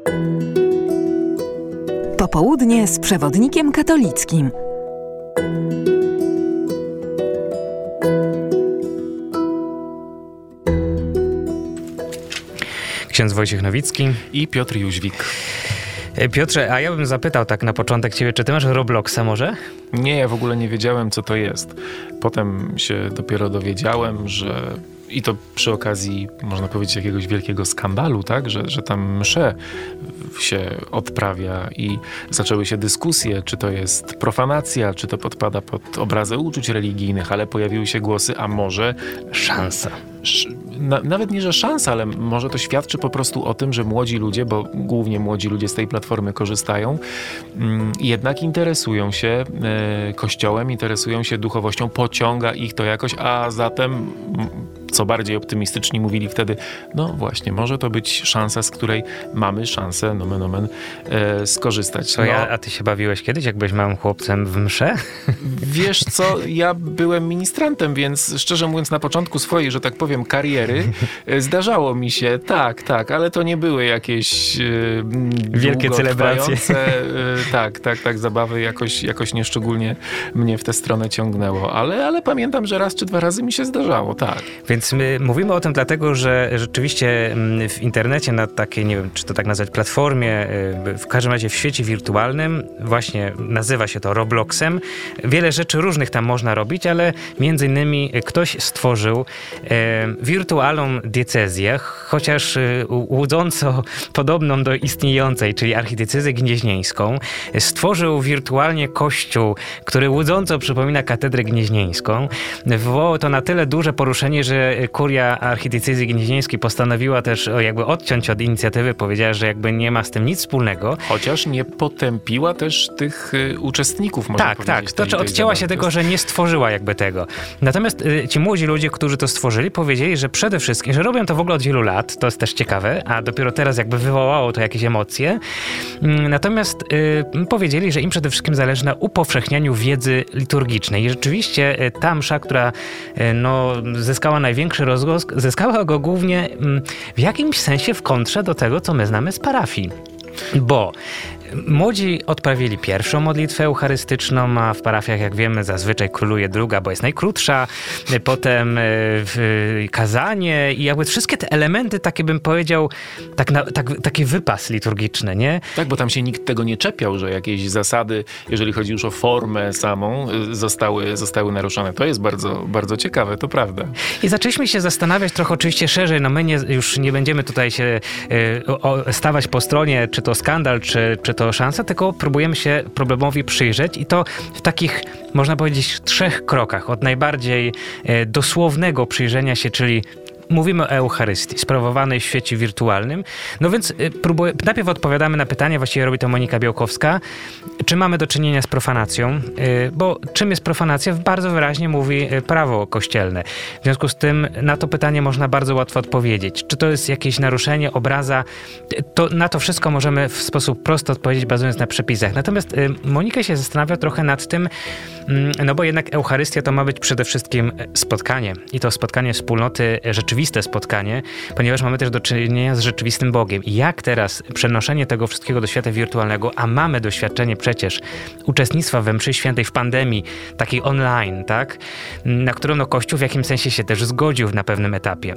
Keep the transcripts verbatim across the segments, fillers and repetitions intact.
Popołudnie z przewodnikiem katolickim. Ksiądz Wojciech Nowicki i Piotr Jóźwik. Piotrze, a ja bym zapytał tak na początek ciebie, czy ty masz Robloxa może? Nie, ja w ogóle nie wiedziałem, co to jest. Potem się dopiero dowiedziałem, że i to przy okazji, można powiedzieć, jakiegoś wielkiego skandalu, tak? Że, że tam msze się odprawia i zaczęły się dyskusje, czy to jest profanacja, czy to podpada pod obrazę uczuć religijnych, ale pojawiły się głosy, a może szansa. Na, nawet nie, że szansa, ale może to świadczy po prostu o tym, że młodzi ludzie, bo głównie młodzi ludzie z tej platformy korzystają, mm, jednak interesują się e, Kościołem, interesują się duchowością, pociąga ich to jakoś, a zatem m, co bardziej optymistyczni mówili wtedy, no właśnie, może to być szansa, z której mamy szansę, nomen omen, e, skorzystać. Co no, ja, a ty się bawiłeś kiedyś, jak byłeś małym chłopcem w msze? Wiesz co, ja byłem ministrantem, więc szczerze mówiąc na początku swojej, że tak powiem, kariery zdarzało mi się, tak, tak, ale to nie były jakieś e, wielkie celebracje. E, tak, tak, tak, zabawy jakoś, jakoś nieszczególnie mnie w tę stronę ciągnęło, ale, ale pamiętam, że raz czy dwa razy mi się zdarzało, tak. Więc my mówimy o tym dlatego, że rzeczywiście w internecie, na takiej, nie wiem, czy to tak nazwać, platformie, w każdym razie w świecie wirtualnym, właśnie nazywa się to Robloxem. Wiele rzeczy różnych tam można robić, ale między innymi ktoś stworzył e, wirtualną diecezję, chociaż e, łudząco podobną do istniejącej, czyli archidiecezję gnieźnieńską. Stworzył wirtualnie kościół, który łudząco przypomina katedrę gnieźnieńską. Wywołało to na tyle duże poruszenie, że kuria archidiecezji gnieźnieńskiej postanowiła też jakby odciąć od inicjatywy, powiedziała, że jakby nie ma z tym nic wspólnego. Chociaż nie potępiła też tych y, uczestników, można tak, powiedzieć. Tak, tak. To znaczy tej odcięła zabawy. się tego, że nie stworzyła jakby tego. Natomiast y, ci młodzi ludzie, którzy to stworzyli, powiedzieli, że przede wszystkim, że robią to w ogóle od wielu lat, to jest też ciekawe, a dopiero teraz jakby wywołało to jakieś emocje. Y, natomiast y, powiedzieli, że im przede wszystkim zależy na upowszechnianiu wiedzy liturgicznej. I rzeczywiście y, ta msza, która y, no, zyskała największy rozgłos, zyskała go głównie y, w jakimś sensie w kontrze do tego, co my znamy z parafii. Bo młodzi odprawili pierwszą modlitwę eucharystyczną, a w parafiach, jak wiemy, zazwyczaj króluje druga, bo jest najkrótsza. Potem kazanie i jakby wszystkie te elementy, takie bym powiedział, tak na, tak, taki wypas liturgiczny, nie? Tak, bo tam się nikt tego nie czepiał, że jakieś zasady, jeżeli chodzi już o formę samą, zostały, zostały naruszone. To jest bardzo, bardzo ciekawe, to prawda. I zaczęliśmy się zastanawiać trochę oczywiście szerzej, no my nie, już nie będziemy tutaj się y, o, stawać po stronie, czy to skandal, czy, czy to szansa, tylko próbujemy się problemowi przyjrzeć i to w takich, można powiedzieć, trzech krokach. Od najbardziej e, dosłownego przyjrzenia się, czyli mówimy o Eucharystii, sprawowanej w świecie wirtualnym. No więc y, próbuję, najpierw odpowiadamy na pytanie, właściwie robi to Monika Białkowska, czy mamy do czynienia z profanacją, y, bo czym jest profanacja? Bardzo wyraźnie mówi y, prawo kościelne. W związku z tym na to pytanie można bardzo łatwo odpowiedzieć. Czy to jest jakieś naruszenie obraza? To, na to wszystko możemy w sposób prosty odpowiedzieć, bazując na przepisach. Natomiast y, Monika się zastanawia trochę nad tym, y, no bo jednak Eucharystia to ma być przede wszystkim spotkanie i to spotkanie wspólnoty rzeczywiste, spotkanie, ponieważ mamy też do czynienia z rzeczywistym Bogiem. I jak teraz przenoszenie tego wszystkiego do świata wirtualnego, a mamy doświadczenie przecież uczestnictwa we mszy świętej w pandemii, takiej online, tak? Na którą no Kościół w jakimś sensie się też zgodził na pewnym etapie.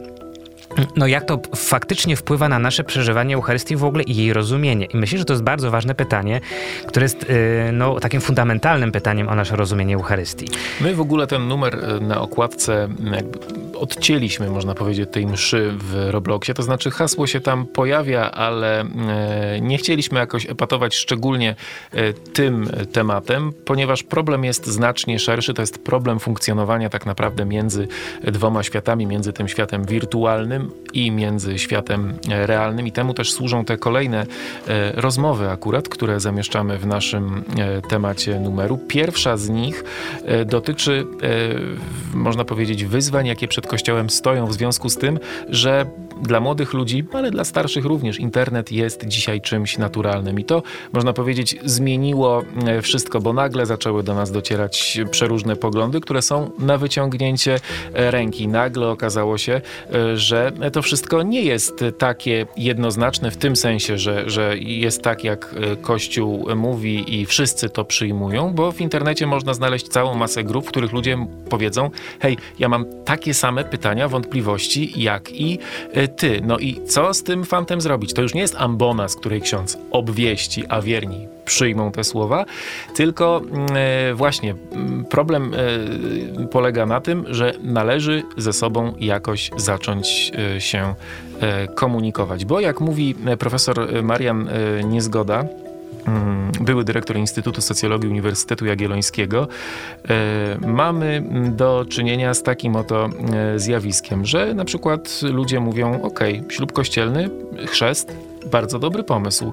No jak to faktycznie wpływa na nasze przeżywanie Eucharystii w ogóle i jej rozumienie? I myślę, że to jest bardzo ważne pytanie, które jest yy, no, takim fundamentalnym pytaniem o nasze rozumienie Eucharystii. My w ogóle ten numer na okładce jakby odcięliśmy, można powiedzieć, tej mszy w Robloxie. To znaczy hasło się tam pojawia, ale e, nie chcieliśmy jakoś epatować szczególnie e, tym tematem, ponieważ problem jest znacznie szerszy. To jest problem funkcjonowania tak naprawdę między dwoma światami, między tym światem wirtualnym i między światem realnym. I temu też służą te kolejne e, rozmowy akurat, które zamieszczamy w naszym e, temacie numeru. Pierwsza z nich e, dotyczy, e, można powiedzieć, wyzwań, jakie przed Kościołem stoją w związku z tym, że dla młodych ludzi, ale dla starszych również internet jest dzisiaj czymś naturalnym i to, można powiedzieć, zmieniło wszystko, bo nagle zaczęły do nas docierać przeróżne poglądy, które są na wyciągnięcie ręki. Nagle okazało się, że to wszystko nie jest takie jednoznaczne w tym sensie, że, że jest tak, jak Kościół mówi i wszyscy to przyjmują, bo w internecie można znaleźć całą masę grup, w których ludzie powiedzą: hej, ja mam takie same pytania, wątpliwości jak i ty. No i co z tym fantem zrobić? To już nie jest ambona, z której ksiądz obwieści, a wierni przyjmą te słowa, tylko e, właśnie problem e, polega na tym, że należy ze sobą jakoś zacząć e, się e, komunikować. Bo jak mówi profesor Marian e, Niezgoda, były dyrektor Instytutu Socjologii Uniwersytetu Jagiellońskiego, e, mamy do czynienia z takim oto e, zjawiskiem, że na przykład ludzie mówią: ok, ślub kościelny, chrzest, bardzo dobry pomysł,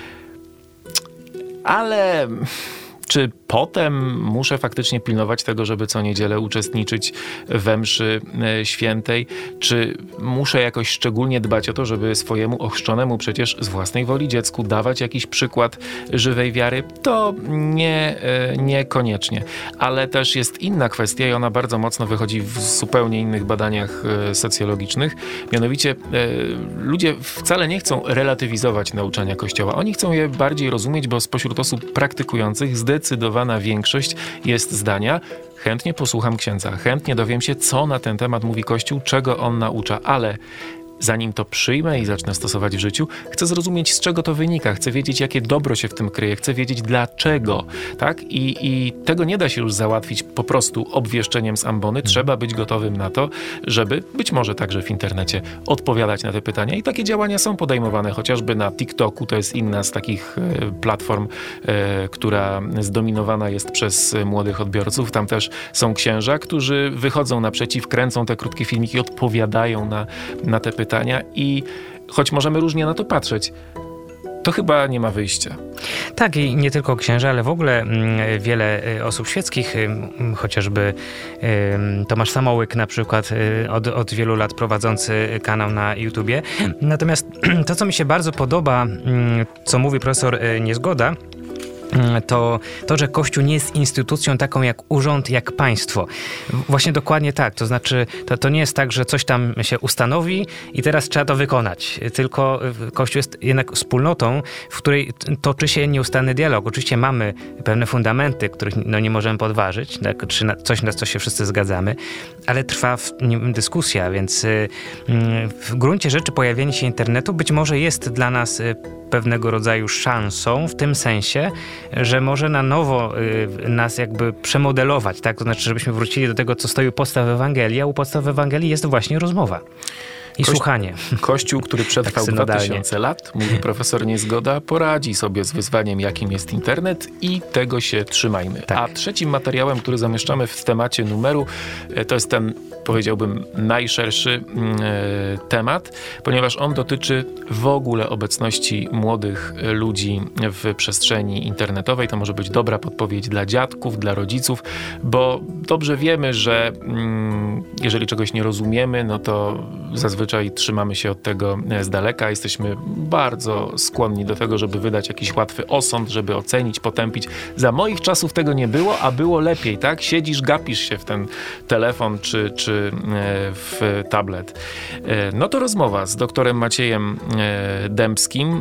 ale czy potem muszę faktycznie pilnować tego, żeby co niedzielę uczestniczyć we mszy świętej? Czy muszę jakoś szczególnie dbać o to, żeby swojemu ochrzczonemu przecież z własnej woli dziecku dawać jakiś przykład żywej wiary? To nie, niekoniecznie. Ale też jest inna kwestia i ona bardzo mocno wychodzi w zupełnie innych badaniach socjologicznych. Mianowicie ludzie wcale nie chcą relatywizować nauczania Kościoła. Oni chcą je bardziej rozumieć, bo spośród osób praktykujących zdecydowana większość jest zdania: chętnie posłucham księdza, chętnie dowiem się, co na ten temat mówi Kościół, czego on naucza, ale zanim to przyjmę i zacznę stosować w życiu, chcę zrozumieć, z czego to wynika, chcę wiedzieć, jakie dobro się w tym kryje, chcę wiedzieć dlaczego, tak? I, i tego nie da się już załatwić po prostu obwieszczeniem z ambony. Trzeba być gotowym na to, żeby być może także w internecie odpowiadać na te pytania. I takie działania są podejmowane, chociażby na TikToku, to jest inna z takich e, platform, e, która zdominowana jest przez młodych odbiorców. Tam też są księża, którzy wychodzą naprzeciw, kręcą te krótkie filmiki, odpowiadają na, na te pytania. Pytania i choć możemy różnie na to patrzeć, to chyba nie ma wyjścia. Tak, i nie tylko księża, ale w ogóle mm, wiele osób świeckich, mm, chociażby mm, Tomasz Samołyk na przykład, y, od, od wielu lat prowadzący kanał na YouTubie. Natomiast to, co mi się bardzo podoba, mm, co mówi profesor y, Niezgoda, to to, że Kościół nie jest instytucją taką jak urząd, jak państwo. Właśnie dokładnie tak. To znaczy, to, to nie jest tak, że coś tam się ustanowi i teraz trzeba to wykonać. Tylko Kościół jest jednak wspólnotą, w której toczy się nieustanny dialog. Oczywiście mamy pewne fundamenty, których no, nie możemy podważyć, tak? Czy na, coś, na co się wszyscy zgadzamy, ale trwa w nim dyskusja, więc w gruncie rzeczy pojawienie się internetu być może jest dla nas pewnego rodzaju szansą w tym sensie, że może na nowo y, nas jakby przemodelować, tak? To znaczy, żebyśmy wrócili do tego, co stoi u podstaw Ewangelii, a u podstaw Ewangelii jest właśnie rozmowa i Koś- słuchanie. Kościół, który przetrwał tak dwa tysiące lat, mówi profesor Niezgoda, poradzi sobie z wyzwaniem, jakim jest internet i tego się trzymajmy. Tak. A trzecim materiałem, który zamieszczamy w temacie numeru, to jest ten, powiedziałbym, najszerszy e, temat, ponieważ on dotyczy w ogóle obecności młodych ludzi w przestrzeni internetowej. To może być dobra podpowiedź dla dziadków, dla rodziców, bo dobrze wiemy, że mm, jeżeli czegoś nie rozumiemy, no to zazwyczaj trzymamy się od tego z daleka. Jesteśmy bardzo skłonni do tego, żeby wydać jakiś łatwy osąd, żeby ocenić, potępić. Za moich czasów tego nie było, a było lepiej, tak? Siedzisz, gapisz się w ten telefon czy, czy w tablet. No to rozmowa z doktorem Maciejem Dębskim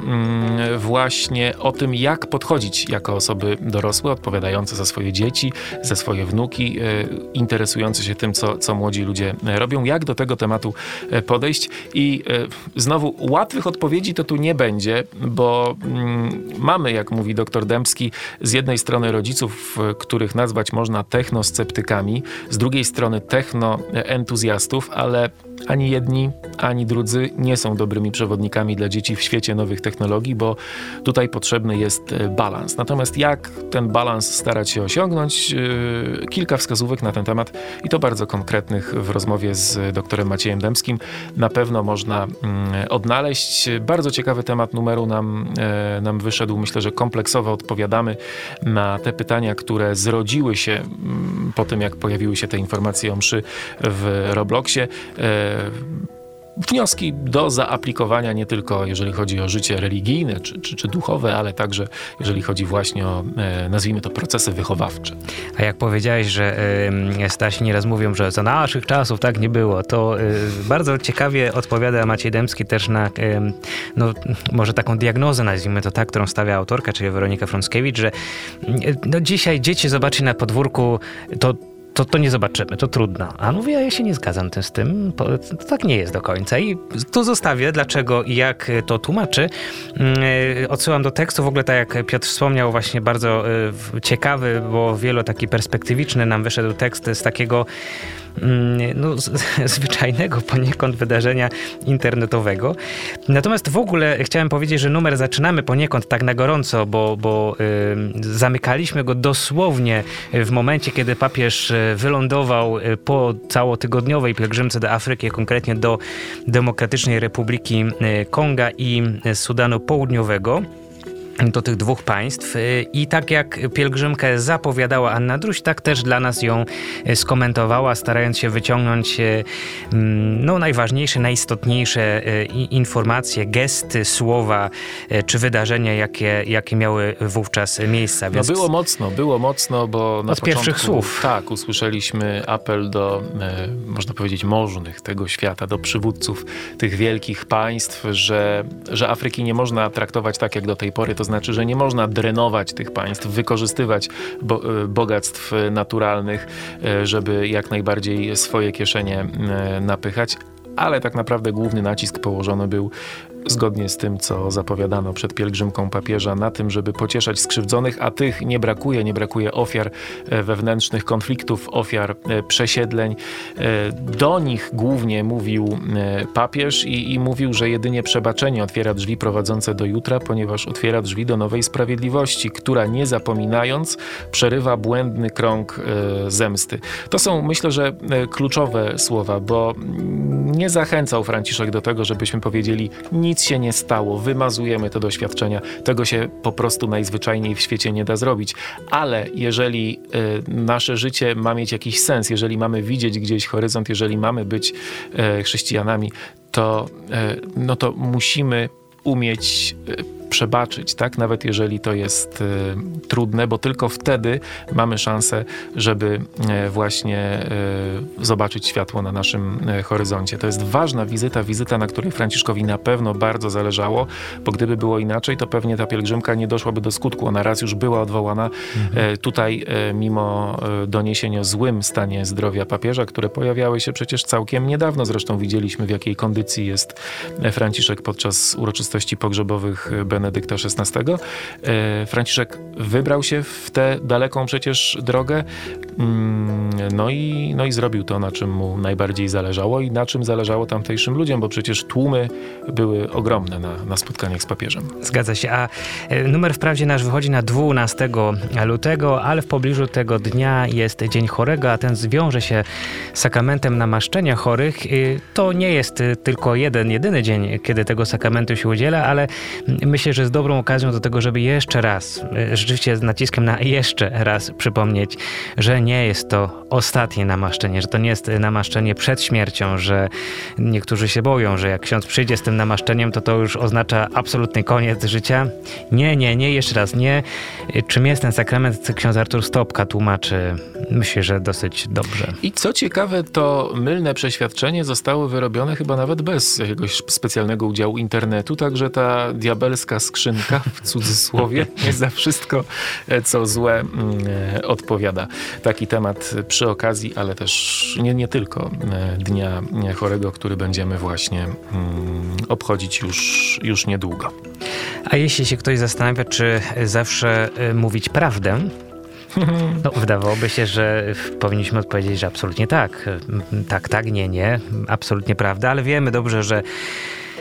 właśnie o tym, jak podchodzić jako osoby dorosłe, odpowiadające za swoje dzieci, za swoje wnuki, interesujące się tym, co, co młodzi ludzie robią, jak do tego tematu podejść. I y, znowu łatwych odpowiedzi to tu nie będzie, bo y, mamy, jak mówi doktor Dębski, z jednej strony rodziców, y, których nazwać można technosceptykami, z drugiej strony technoentuzjastów, ale ani jedni, ani drudzy nie są dobrymi przewodnikami dla dzieci w świecie nowych technologii, bo tutaj potrzebny jest balans. Natomiast jak ten balans starać się osiągnąć? Yy, kilka wskazówek na ten temat i to bardzo konkretnych w rozmowie z doktorem Maciejem Dębskim na pewno można yy, odnaleźć. Bardzo ciekawy temat numeru nam, yy, nam wyszedł. Myślę, że kompleksowo odpowiadamy na te pytania, które zrodziły się yy, po tym, jak pojawiły się te informacje o mszy w Robloxie. Yy, wnioski do zaaplikowania nie tylko jeżeli chodzi o życie religijne czy, czy, czy duchowe, ale także jeżeli chodzi właśnie o, e, nazwijmy to, procesy wychowawcze. A jak powiedziałeś, że y, Stasi nieraz mówią, że za naszych czasów tak nie było, to y, bardzo ciekawie odpowiada Maciej Dębski też na, y, no może taką diagnozę, nazwijmy to tak, którą stawia autorka, czyli Weronika Frąckiewicz, że y, no dzisiaj dzieci zobaczy na podwórku, to To, to nie zobaczymy, to trudno. A mówię, ja się nie zgadzam z tym, to, to tak nie jest do końca. I tu zostawię, dlaczego i jak to tłumaczy. Yy, odsyłam do tekstu, w ogóle tak jak Piotr wspomniał, właśnie bardzo yy, ciekawy, bo wielo taki perspektywiczny nam wyszedł tekst z takiego no, z, zwyczajnego poniekąd wydarzenia internetowego. Natomiast w ogóle chciałem powiedzieć, że numer zaczynamy poniekąd tak na gorąco, bo, bo y, zamykaliśmy go dosłownie w momencie, kiedy papież wylądował po całotygodniowej pielgrzymce do Afryki, konkretnie do Demokratycznej Republiki Konga i Sudanu Południowego. Do tych dwóch państw. I tak jak pielgrzymkę zapowiadała Anna Druś, tak też dla nas ją skomentowała, starając się wyciągnąć no, najważniejsze, najistotniejsze informacje, gesty, słowa czy wydarzenia, jakie, jakie miały wówczas miejsce. Więc no było mocno, było mocno, bo na od początku, pierwszych słów. Tak, usłyszeliśmy apel do, e, można powiedzieć, możnych tego świata, do przywódców tych wielkich państw, że, że Afryki nie można traktować tak jak do tej pory. To znaczy, że nie można drenować tych państw, wykorzystywać bo, bogactw naturalnych, żeby jak najbardziej swoje kieszenie napychać, ale tak naprawdę główny nacisk położony był, zgodnie z tym, co zapowiadano przed pielgrzymką papieża, na tym, żeby pocieszać skrzywdzonych, a tych nie brakuje, nie brakuje ofiar wewnętrznych konfliktów, ofiar przesiedleń. Do nich głównie mówił papież i, i mówił, że jedynie przebaczenie otwiera drzwi prowadzące do jutra, ponieważ otwiera drzwi do nowej sprawiedliwości, która nie zapominając przerywa błędny krąg zemsty. To są, myślę, że kluczowe słowa, bo nie zachęcał Franciszek do tego, żebyśmy powiedzieli, nic się nie stało, wymazujemy te doświadczenia. Tego się po prostu najzwyczajniej w świecie nie da zrobić. Ale jeżeli y, nasze życie ma mieć jakiś sens, jeżeli mamy widzieć gdzieś horyzont, jeżeli mamy być y, chrześcijanami, to, y, no to musimy umieć y, przebaczyć, tak? Nawet jeżeli to jest y, trudne, bo tylko wtedy mamy szansę, żeby y, właśnie y, zobaczyć światło na naszym y, horyzoncie. To jest ważna wizyta, wizyta, na której Franciszkowi na pewno bardzo zależało, bo gdyby było inaczej, to pewnie ta pielgrzymka nie doszłaby do skutku. Ona raz już była odwołana. Mhm. Y, tutaj y, mimo y, doniesień o złym stanie zdrowia papieża, które pojawiały się przecież całkiem niedawno, zresztą widzieliśmy, w jakiej kondycji jest Franciszek podczas uroczystości pogrzebowych Benedykta szesnastego. Franciszek wybrał się w tę daleką przecież drogę, no i, no i zrobił to, na czym mu najbardziej zależało i na czym zależało tamtejszym ludziom, bo przecież tłumy były ogromne na, na spotkaniach z papieżem. Zgadza się, a numer wprawdzie nasz wychodzi na dwunastego lutego, ale w pobliżu tego dnia jest Dzień Chorego, a ten zwiąże się z sakramentem namaszczenia chorych. To nie jest tylko jeden, jedyny dzień, kiedy tego sakramentu się udziela, ale myślę, że jest dobrą okazją do tego, żeby jeszcze raz, rzeczywiście z naciskiem na jeszcze raz przypomnieć, że nie jest to ostatnie namaszczenie, że to nie jest namaszczenie przed śmiercią, że niektórzy się boją, że jak ksiądz przyjdzie z tym namaszczeniem, to to już oznacza absolutny koniec życia. Nie, nie, nie, jeszcze raz nie. Czym jest ten sakrament, ksiądz Artur Stopka tłumaczy, myślę, że dosyć dobrze. I co ciekawe, to mylne przeświadczenie zostało wyrobione chyba nawet bez jakiegoś specjalnego udziału internetu, także ta diabelska skrzynka, w cudzysłowie, nie za wszystko, co złe, odpowiada. Taki temat przy okazji, ale też nie, nie tylko Dnia Chorego, który będziemy właśnie obchodzić już, już niedługo. A jeśli się ktoś zastanawia, czy zawsze mówić prawdę, no, wydawałoby się, że powinniśmy odpowiedzieć, że absolutnie tak. Tak, tak, nie, nie. Absolutnie prawda, ale wiemy dobrze, że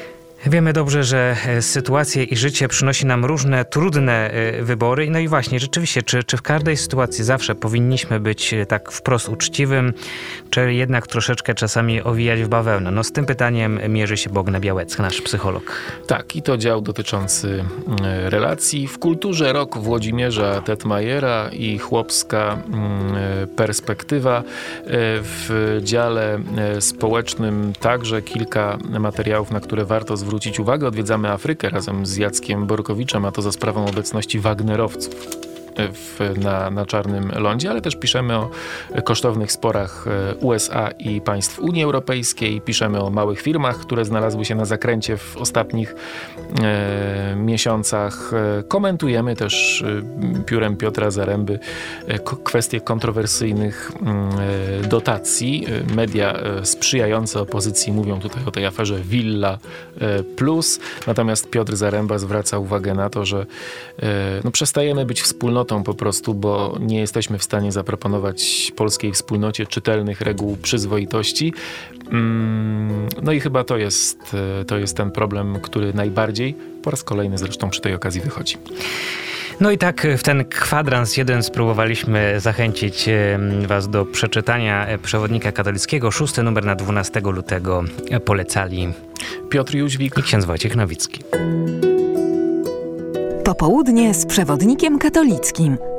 Wiemy dobrze, że sytuacje i życie przynosi nam różne trudne wybory. No i właśnie, rzeczywiście, czy, czy w każdej sytuacji zawsze powinniśmy być tak wprost uczciwym, czy jednak troszeczkę czasami owijać w bawełnę? No z tym pytaniem mierzy się Bogna Białecka, nasz psycholog. Tak, i to dział dotyczący relacji. W kulturze rok Włodzimierza Tetmajera i chłopska perspektywa. W dziale społecznym także kilka materiałów, na które warto zwrócić uwagę. Odwiedzamy Afrykę razem z Jackiem Borkowiczem, a to za sprawą obecności Wagnerowców W, na, na Czarnym Lądzie, ale też piszemy o kosztownych sporach U S A i państw Unii Europejskiej. Piszemy o małych firmach, które znalazły się na zakręcie w ostatnich e, miesiącach. Komentujemy też e, piórem Piotra Zaręby e, k- kwestie kontrowersyjnych e, dotacji. E, media e, sprzyjające opozycji mówią tutaj o tej aferze Villa e, Plus. Natomiast Piotr Zaręba zwraca uwagę na to, że e, no, przestajemy być wspólnotą po prostu, bo nie jesteśmy w stanie zaproponować polskiej wspólnocie czytelnych reguł przyzwoitości. No i chyba to jest, to jest ten problem, który najbardziej, po raz kolejny zresztą przy tej okazji wychodzi. No i tak w ten kwadrans jeden spróbowaliśmy zachęcić was do przeczytania Przewodnika katolickiego. Szósty numer na dwunastego lutego polecali Piotr Jóźwik i ksiądz Wojciech Nowicki. Popołudnie z Przewodnikiem Katolickim.